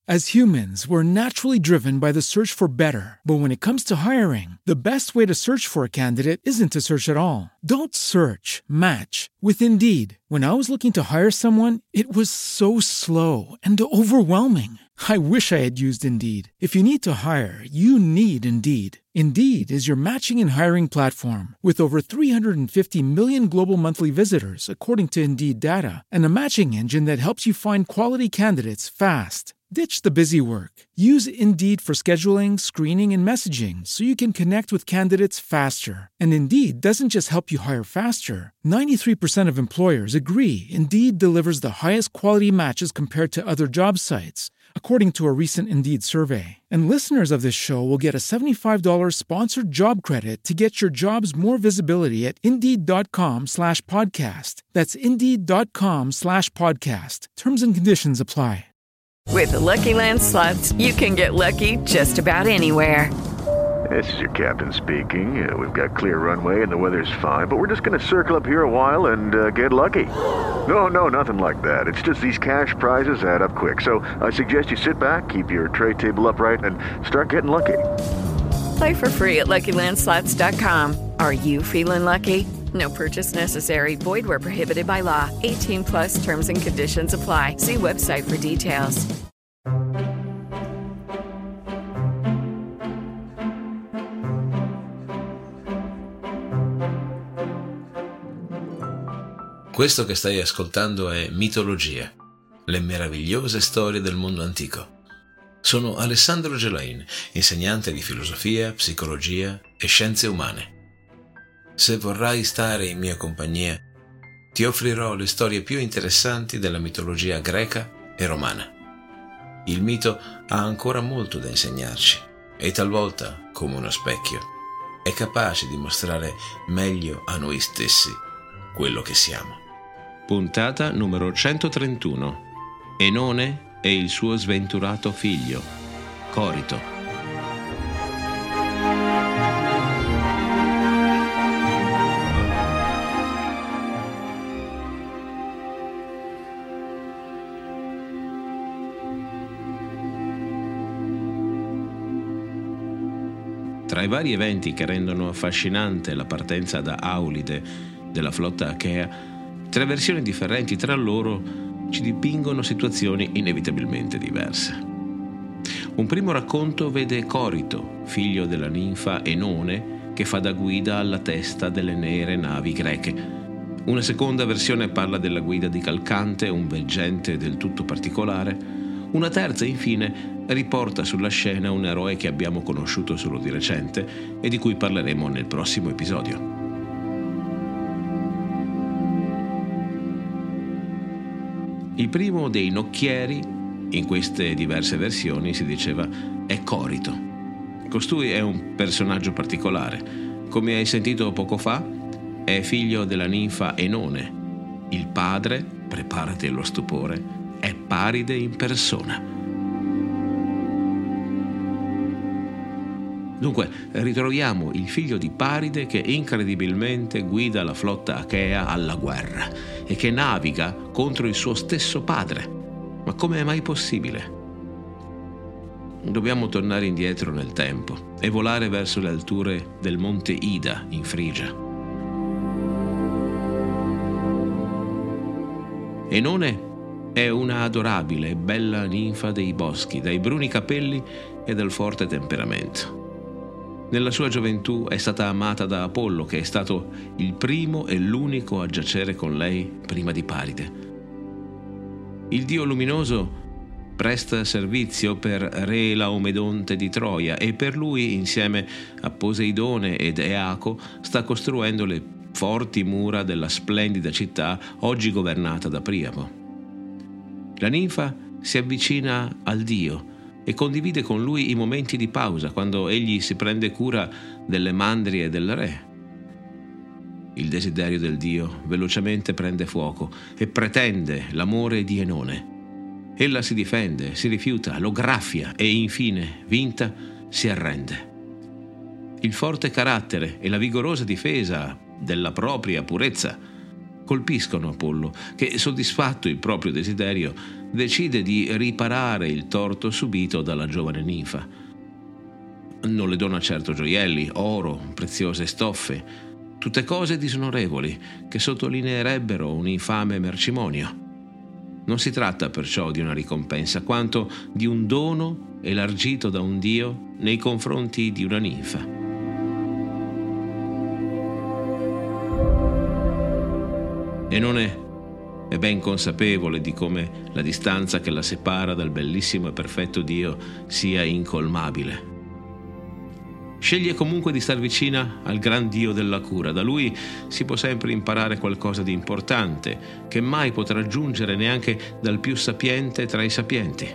As humans, we're naturally driven by the search for better. But when it comes to hiring, the best way to search for a candidate isn't to search at all. Don't search, match with Indeed. When I was looking to hire someone, it was so slow and overwhelming. I wish I had used Indeed. If you need to hire, you need Indeed. Indeed is your matching and hiring platform with over 350 million global monthly visitors, according to Indeed data, and a matching engine that helps you find quality candidates fast. Ditch the busy work. Use Indeed for scheduling, screening, and messaging so you can connect with candidates faster. And Indeed doesn't just help you hire faster. 93% of employers agree Indeed delivers the highest quality matches compared to other job sites, according to a recent Indeed survey. And listeners of this show will get a $75 sponsored job credit to get your jobs more visibility at Indeed.com/podcast. That's Indeed.com/podcast. Terms and conditions apply. With the Lucky Land Slots, you can get lucky just about anywhere. This is your captain speaking. We've got clear runway and the weather's fine, but we're just going to circle up here a while and get lucky. No, nothing like that. It's just these cash prizes add up quick. So I suggest you sit back, keep your tray table upright, and start getting lucky. Play for free at LuckyLandSlots.com. Are you feeling lucky? No purchase necessary. Void where prohibited by law. 18+ terms and conditions apply. See website for details. Questo che stai ascoltando è Mitologia, le meravigliose storie del mondo antico. Sono Alessandro Gelain, insegnante di filosofia, psicologia e scienze umane. Se vorrai stare in mia compagnia, ti offrirò le storie più interessanti della mitologia greca e romana. Il mito ha ancora molto da insegnarci e talvolta, come uno specchio, è capace di mostrare meglio a noi stessi quello che siamo. Puntata numero 131. Enone e il suo sventurato figlio, Corito. Tra i vari eventi che rendono affascinante la partenza da Aulide della flotta achea, 3 versioni differenti tra loro ci dipingono situazioni inevitabilmente diverse. Un primo racconto vede Corito, figlio della ninfa Enone, che fa da guida alla testa delle nere navi greche. Una seconda versione parla della guida di Calcante, un veggente del tutto particolare. Una terza, infine, riporta sulla scena un eroe che abbiamo conosciuto solo di recente e di cui parleremo nel prossimo episodio. Il primo dei nocchieri, in queste diverse versioni, si diceva, è Corito. Costui è un personaggio particolare. Come hai sentito poco fa, è figlio della ninfa Enone. Il padre, preparati allo stupore, è Paride in persona. Dunque, ritroviamo il figlio di Paride che incredibilmente guida la flotta achea alla guerra e che naviga contro il suo stesso padre. Ma come è mai possibile? Dobbiamo tornare indietro nel tempo e volare verso le alture del monte Ida in Frigia. Enone è una adorabile e bella ninfa dei boschi, dai bruni capelli e dal forte temperamento. Nella sua gioventù è stata amata da Apollo, che è stato il primo e l'unico a giacere con lei prima di Paride. Il dio luminoso presta servizio per re Laomedonte di Troia e per lui, insieme a Poseidone ed Eaco, sta costruendo le forti mura della splendida città oggi governata da Priamo. La ninfa si avvicina al dio e condivide con lui i momenti di pausa quando egli si prende cura delle mandrie del re. Il desiderio del dio velocemente prende fuoco e pretende l'amore di Enone. Ella si difende, si rifiuta, lo graffia e infine, vinta, si arrende. Il forte carattere e la vigorosa difesa della propria purezza colpiscono Apollo, che, soddisfatto il proprio desiderio, decide di riparare il torto subito dalla giovane ninfa. Non le dona certo gioielli, oro, preziose stoffe, tutte cose disonorevoli che sottolineerebbero un infame mercimonio. Non si tratta perciò di una ricompensa, quanto di un dono elargito da un dio nei confronti di una ninfa. Enone è ben consapevole di come la distanza che la separa dal bellissimo e perfetto Dio sia incolmabile. Sceglie comunque di star vicina al gran Dio della cura. Da lui si può sempre imparare qualcosa di importante, che mai potrà giungere neanche dal più sapiente tra i sapienti.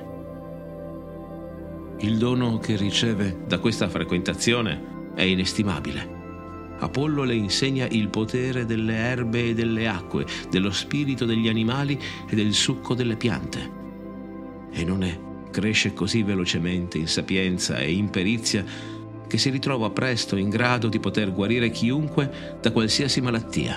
Il dono che riceve da questa frequentazione è inestimabile. Apollo le insegna il potere delle erbe e delle acque, dello spirito degli animali e del succo delle piante. Enone cresce così velocemente in sapienza e in perizia che si ritrova presto in grado di poter guarire chiunque da qualsiasi malattia.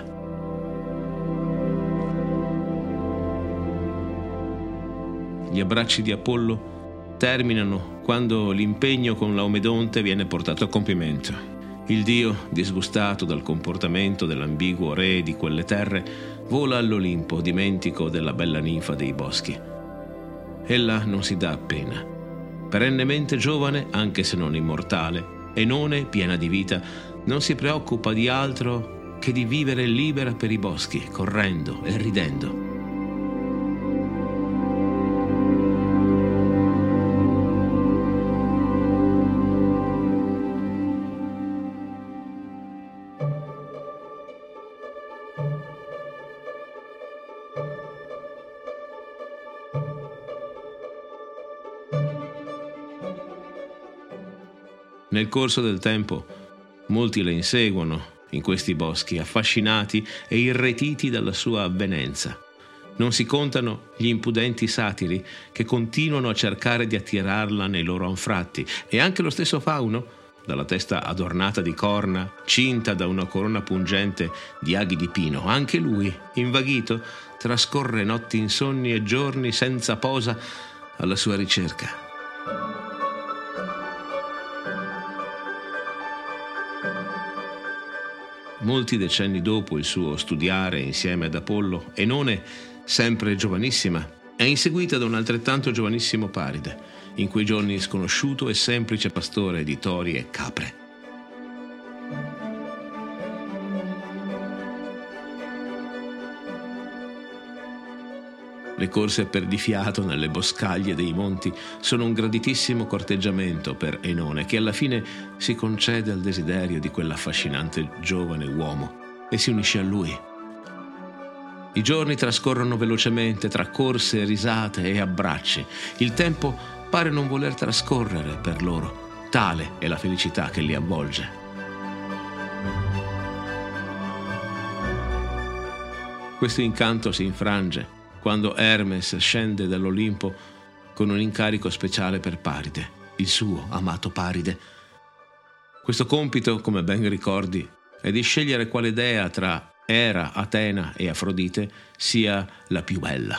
Gli abbracci di Apollo terminano quando l'impegno con Laomedonte viene portato a compimento. Il dio, disgustato dal comportamento dell'ambiguo re di quelle terre, vola all'Olimpo, dimentico della bella ninfa dei boschi. Ella non si dà appena. Perennemente giovane, anche se non immortale, Enone, piena di vita, non si preoccupa di altro che di vivere libera per i boschi, correndo e ridendo. Nel corso del tempo, molti le inseguono in questi boschi, affascinati e irretiti dalla sua avvenenza. Non si contano gli impudenti satiri che continuano a cercare di attirarla nei loro anfratti, e anche lo stesso Fauno, dalla testa adornata di corna, cinta da una corona pungente di aghi di pino, anche lui, invaghito, trascorre notti insonni e giorni senza posa alla sua ricerca. Molti decenni dopo il suo studiare insieme ad Apollo, Enone, sempre giovanissima, è inseguita da un altrettanto giovanissimo Paride, in quei giorni sconosciuto e semplice pastore di tori e capre. Le corse perdifiato nelle boscaglie dei monti sono un graditissimo corteggiamento per Enone, che alla fine si concede al desiderio di quell'affascinante giovane uomo e si unisce a lui. I giorni trascorrono velocemente tra corse, risate e abbracci. Il tempo pare non voler trascorrere per loro, tale è la felicità che li avvolge. Questo incanto si infrange quando Hermes scende dall'Olimpo con un incarico speciale per Paride, il suo amato Paride. Questo compito, come ben ricordi, è di scegliere quale dea tra Era, Atena e Afrodite sia la più bella.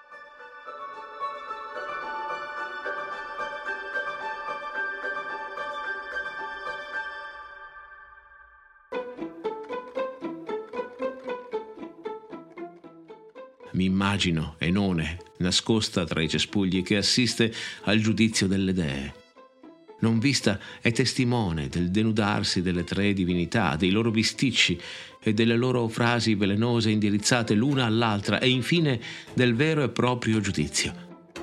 Mi immagino Enone, nascosta tra i cespugli, che assiste al giudizio delle dee. Non vista è testimone del denudarsi delle tre divinità, dei loro bisticci e delle loro frasi velenose indirizzate l'una all'altra, e infine del vero e proprio giudizio.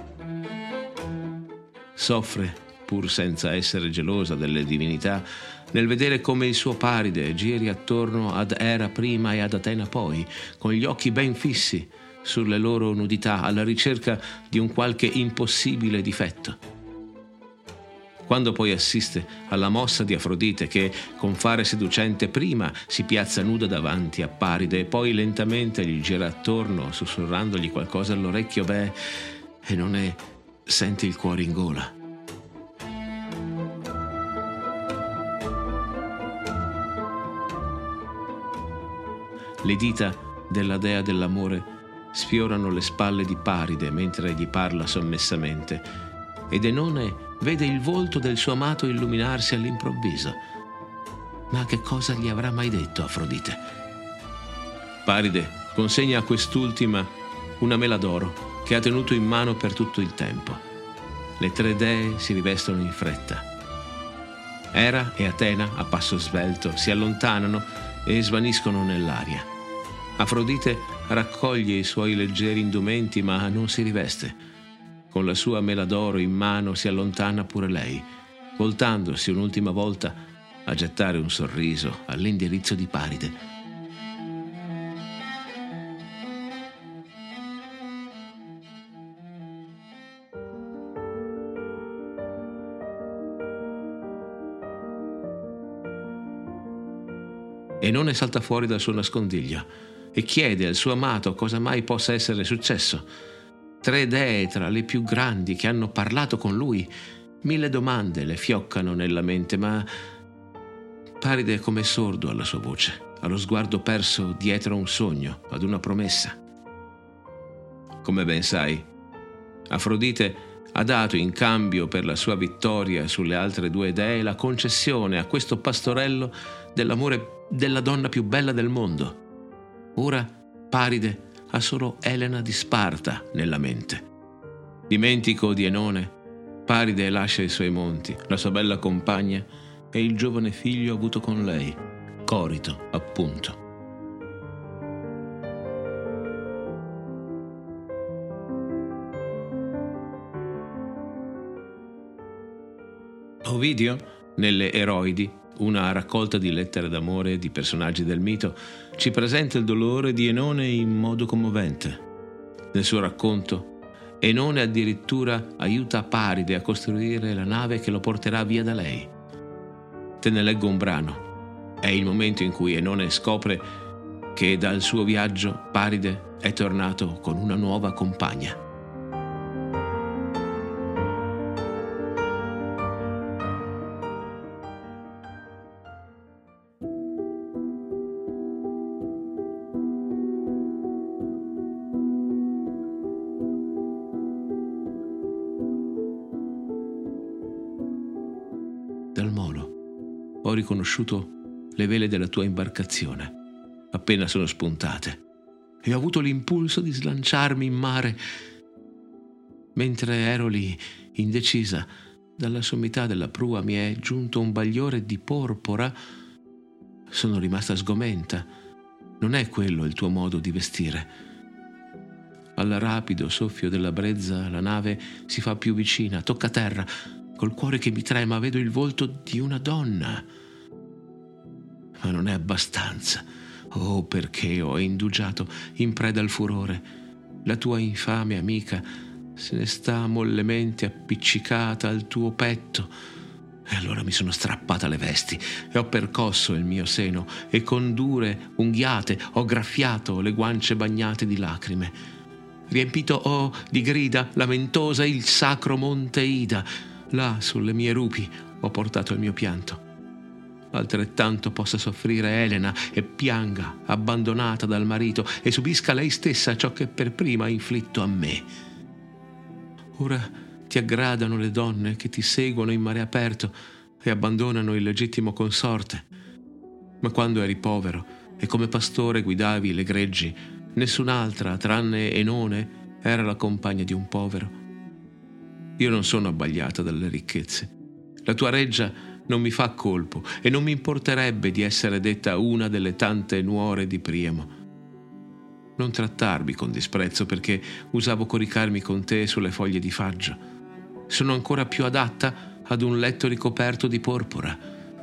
Soffre, pur senza essere gelosa delle divinità, nel vedere come il suo Paride giri attorno ad Era prima e ad Atena poi, con gli occhi ben fissi sulle loro nudità, alla ricerca di un qualche impossibile difetto. Quando poi assiste alla mossa di Afrodite, che con fare seducente prima si piazza nuda davanti a Paride e poi lentamente gli gira attorno sussurrandogli qualcosa all'orecchio, e non è, sente il cuore in gola. Le dita della dea dell'amore sfiorano le spalle di Paride mentre gli parla sommessamente, ed Enone vede il volto del suo amato illuminarsi all'improvviso. Ma che cosa gli avrà mai detto Afrodite? Paride consegna a quest'ultima una mela d'oro che ha tenuto in mano per tutto il tempo. Le 3 dee si rivestono in fretta. Era e Atena, a passo svelto, si allontanano e svaniscono nell'aria. Afrodite raccoglie i suoi leggeri indumenti, ma non si riveste. Con la sua mela d'oro in mano si allontana pure lei, voltandosi un'ultima volta a gettare un sorriso all'indirizzo di Paride. Enone salta fuori dal suo nascondiglio e chiede al suo amato cosa mai possa essere successo. 3 dee tra le più grandi che hanno parlato con lui. 1000 domande le fioccano nella mente, ma Paride è come sordo alla sua voce, allo sguardo perso dietro a un sogno, ad una promessa. Come ben sai, Afrodite ha dato in cambio per la sua vittoria sulle altre 2 dee la concessione a questo pastorello dell'amore della donna più bella del mondo. Ora Paride ha solo Elena di Sparta nella mente. Dimentico di Enone, Paride lascia i suoi monti, la sua bella compagna e il giovane figlio avuto con lei, Corito, appunto. Ovidio, nelle Eroidi, una raccolta di lettere d'amore di personaggi del mito, ci presenta il dolore di Enone in modo commovente. Nel suo racconto, Enone addirittura aiuta Paride a costruire la nave che lo porterà via da lei. Te ne leggo un brano. È il momento in cui Enone scopre che dal suo viaggio Paride è tornato con una nuova compagna. Dal molo ho riconosciuto le vele della tua imbarcazione appena sono spuntate e ho avuto l'impulso di slanciarmi in mare. Mentre ero lì, indecisa, dalla sommità della prua mi è giunto un bagliore di porpora. Sono rimasta sgomenta. Non è quello il tuo modo di vestire. Al rapido soffio della brezza la nave si fa più vicina, tocca terra. Col cuore che mi trema vedo il volto di una donna. Ma non è abbastanza. Oh, perché ho indugiato in preda al furore. La tua infame amica se ne sta mollemente appiccicata al tuo petto. E allora mi sono strappata le vesti e ho percosso il mio seno e con dure unghiate ho graffiato le guance bagnate di lacrime. Riempito ho di grida lamentosa il sacro monte Ida. Là, sulle mie rupi, ho portato il mio pianto. Altrettanto possa soffrire Elena e pianga, abbandonata dal marito, e subisca lei stessa ciò che per prima ha inflitto a me. Ora ti aggradano le donne che ti seguono in mare aperto e abbandonano il legittimo consorte. Ma quando eri povero e come pastore guidavi le greggi, nessun'altra, tranne Enone, era la compagna di un povero. Io non sono abbagliata dalle ricchezze. La tua reggia non mi fa colpo e non mi importerebbe di essere detta una delle tante nuore di Priamo. Non trattarmi con disprezzo perché usavo coricarmi con te sulle foglie di faggio. Sono ancora più adatta ad un letto ricoperto di porpora.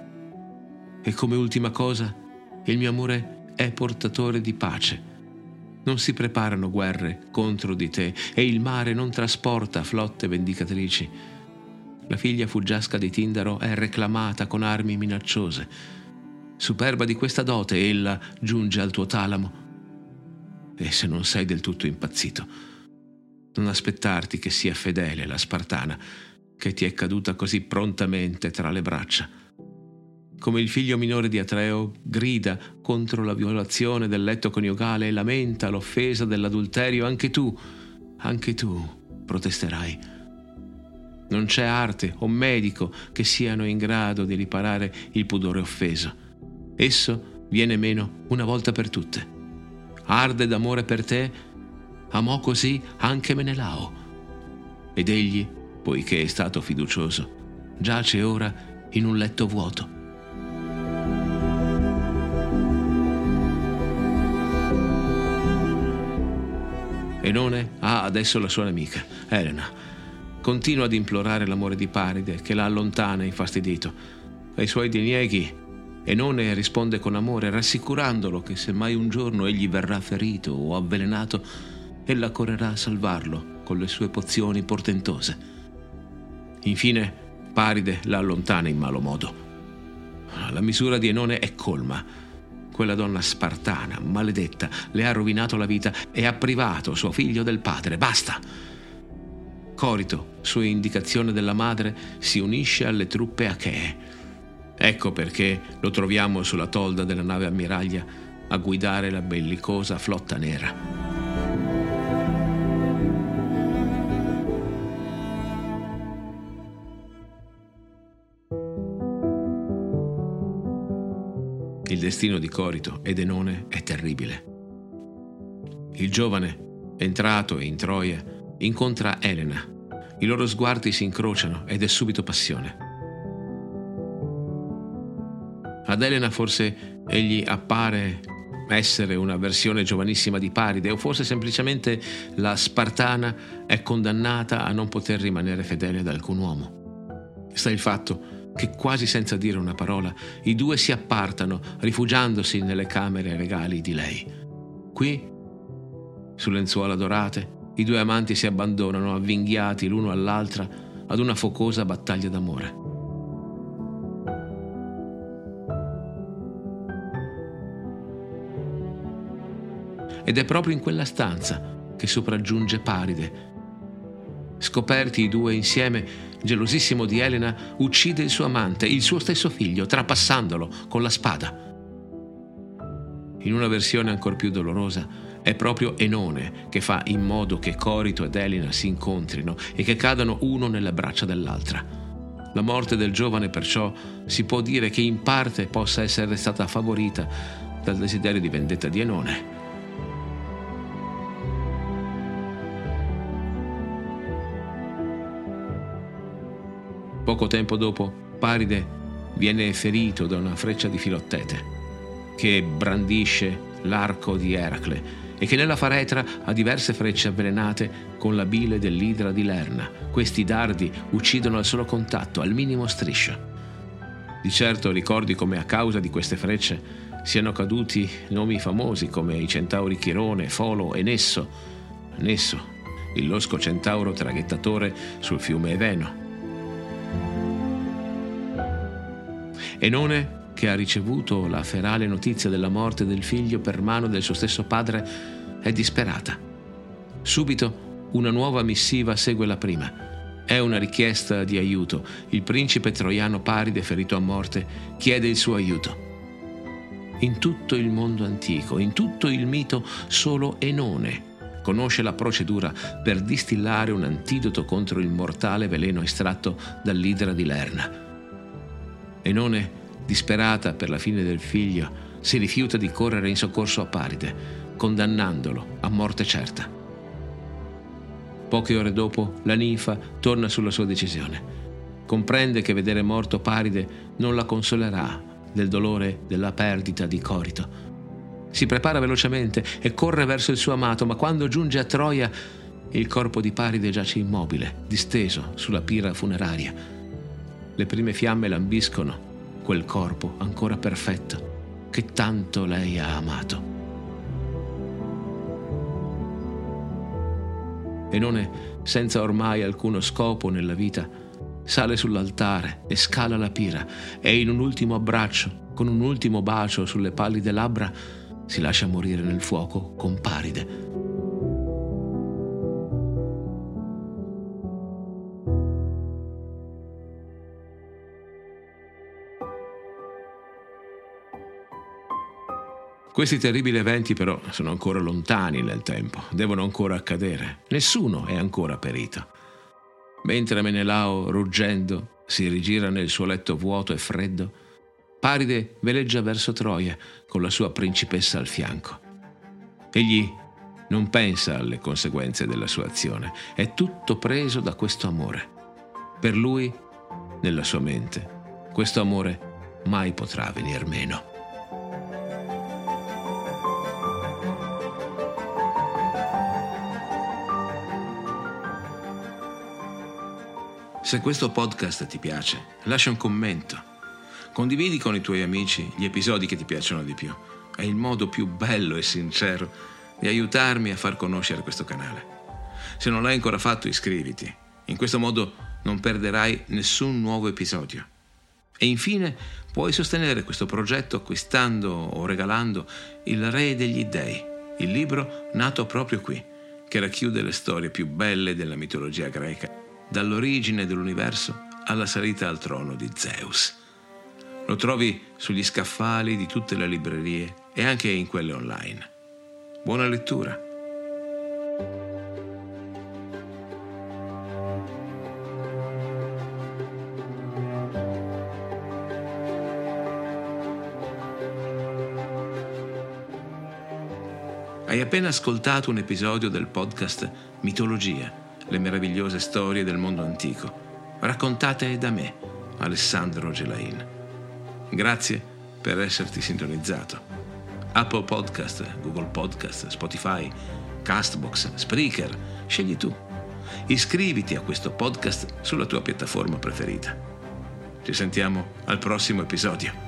E come ultima cosa, il mio amore è portatore di pace. Non si preparano guerre contro di te e il mare non trasporta flotte vendicatrici. La figlia fuggiasca di Tindaro è reclamata con armi minacciose. Superba di questa dote, ella giunge al tuo talamo. E se non sei del tutto impazzito, non aspettarti che sia fedele la Spartana, che ti è caduta così prontamente tra le braccia. come il figlio minore di Atreo, grida contro la violazione del letto coniugale e lamenta l'offesa dell'adulterio, anche tu protesterai. Non c'è arte o medico che siano in grado di riparare il pudore offeso. Esso viene meno una volta per tutte. Arde d'amore per te, amò così anche Menelao. Ed egli, poiché è stato fiducioso, giace ora in un letto vuoto. Enone ha adesso la sua nemica, Elena. Continua ad implorare l'amore di Paride, che la allontana infastidito. Ai suoi dinieghi, Enone risponde con amore, rassicurandolo che se mai un giorno egli verrà ferito o avvelenato, ella correrà a salvarlo con le sue pozioni portentose. Infine, Paride la allontana in malo modo. La misura di Enone è colma. Quella donna spartana, maledetta, le ha rovinato la vita e ha privato suo figlio del padre. Basta! Corito, su indicazione della madre, si unisce alle truppe achee. Ecco perché lo troviamo sulla tolda della nave ammiraglia a guidare la bellicosa flotta nera. Il destino di Corito ed Enone è terribile. Il giovane, entrato in Troia, incontra Elena. I loro sguardi si incrociano ed è subito passione. Ad Elena forse egli appare essere una versione giovanissima di Paride, o forse semplicemente la Spartana è condannata a non poter rimanere fedele ad alcun uomo. Sta il fatto che quasi senza dire una parola i due si appartano, rifugiandosi nelle camere regali di lei. Qui, su lenzuola dorate, i due amanti si abbandonano avvinghiati l'uno all'altra ad una focosa battaglia d'amore. Ed è proprio in quella stanza che sopraggiunge Paride. Scoperti i due insieme, gelosissimo di Elena, uccide il suo amante, il suo stesso figlio, trapassandolo con la spada. In una versione ancor più dolorosa, è proprio Enone che fa in modo che Corito ed Elena si incontrino e che cadano uno nelle braccia dell'altra. La morte del giovane, perciò, si può dire che in parte possa essere stata favorita dal desiderio di vendetta di Enone. Poco tempo dopo, Paride viene ferito da una freccia di Filottete, che brandisce l'arco di Eracle e che nella faretra ha diverse frecce avvelenate con la bile dell'idra di Lerna. Questi dardi uccidono al solo contatto, al minimo striscio. Di certo ricordi come a causa di queste frecce siano caduti nomi famosi come i centauri Chirone, Folo e Nesso, il losco centauro traghettatore sul fiume Eveno. Enone, che ha ricevuto la ferale notizia della morte del figlio per mano del suo stesso padre, è disperata. Subito una nuova missiva segue la prima. È una richiesta di aiuto. Il principe troiano Paride, ferito a morte, chiede il suo aiuto. In tutto il mondo antico, in tutto il mito, solo Enone conosce la procedura per distillare un antidoto contro il mortale veleno estratto dall'idra di Lerna. Enone, disperata per la fine del figlio, si rifiuta di correre in soccorso a Paride, condannandolo a morte certa. Poche ore dopo, la ninfa torna sulla sua decisione. Comprende che vedere morto Paride non la consolerà del dolore della perdita di Corito. Si prepara velocemente e corre verso il suo amato, ma quando giunge a Troia, il corpo di Paride giace immobile, disteso sulla pira funeraria. Le prime fiamme lambiscono quel corpo ancora perfetto che tanto lei ha amato. Enone, senza ormai alcuno scopo nella vita, sale sull'altare e scala la pira e in un ultimo abbraccio, con un ultimo bacio sulle pallide labbra, si lascia morire nel fuoco con Paride. Questi terribili eventi però sono ancora lontani nel tempo, devono ancora accadere. Nessuno è ancora perito. Mentre Menelao, ruggendo, si rigira nel suo letto vuoto e freddo, Paride veleggia verso Troia con la sua principessa al fianco. Egli non pensa alle conseguenze della sua azione, è tutto preso da questo amore. Per lui, nella sua mente, questo amore mai potrà venir meno. Se questo podcast ti piace, lascia un commento. Condividi con i tuoi amici gli episodi che ti piacciono di più. È il modo più bello e sincero di aiutarmi a far conoscere questo canale. Se non l'hai ancora fatto, iscriviti. In questo modo non perderai nessun nuovo episodio. E infine puoi sostenere questo progetto acquistando o regalando Il Re degli Dei, il libro nato proprio qui, che racchiude le storie più belle della mitologia greca, dall'origine dell'universo alla salita al trono di Zeus. Lo trovi sugli scaffali di tutte le librerie e anche in quelle online. Buona lettura! Hai appena ascoltato un episodio del podcast Mitologia, le meravigliose storie del mondo antico, raccontate da me, Alessandro Gelain. Grazie per esserti sintonizzato. Apple Podcast, Google Podcast, Spotify, Castbox, Spreaker, scegli tu. Iscriviti a questo podcast sulla tua piattaforma preferita. Ci sentiamo al prossimo episodio.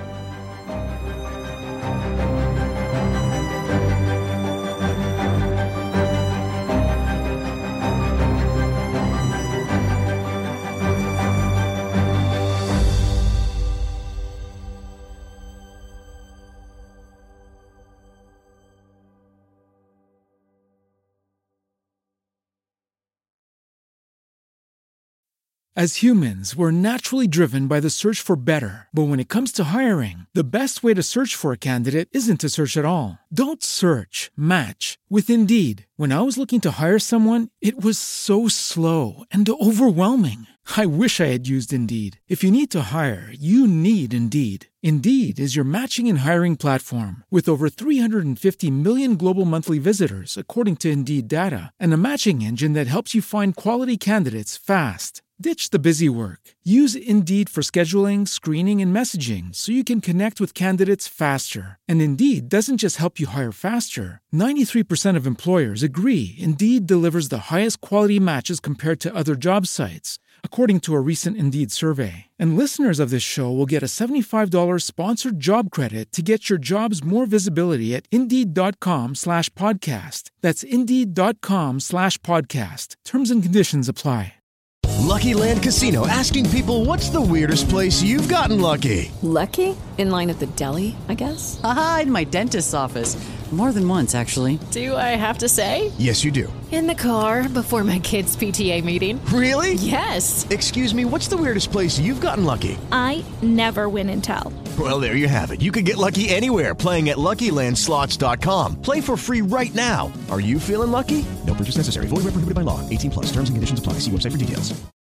As humans, we're naturally driven by the search for better. But when it comes to hiring, the best way to search for a candidate isn't to search at all. Don't search, match with Indeed. When I was looking to hire someone, it was so slow and overwhelming. I wish I had used Indeed. If you need to hire, you need Indeed. Indeed is your matching and hiring platform with over 350 million global monthly visitors, according to Indeed data, and a matching engine that helps you find quality candidates fast. Ditch the busy work. Use Indeed for scheduling, screening, and messaging so you can connect with candidates faster. And Indeed doesn't just help you hire faster. 93% of employers agree Indeed delivers the highest quality matches compared to other job sites, according to a recent Indeed survey. And listeners of this show will get a $75 sponsored job credit to get your jobs more visibility at Indeed.com/podcast. That's Indeed.com/podcast. Terms and conditions apply. Lucky Land Casino, asking people, what's the weirdest place you've gotten lucky? Lucky? In line at the deli, I guess? Aha, in my dentist's office. More than once, actually. Do I have to say? Yes, you do. In the car before my kids' PTA meeting. Really? Yes. Excuse me, what's the weirdest place you've gotten lucky? I never win and tell. Well, there you have it. You can get lucky anywhere, playing at LuckyLandSlots.com. Play for free right now. Are you feeling lucky? No purchase necessary. Void where prohibited by law. 18+. Terms and conditions apply. See website for details.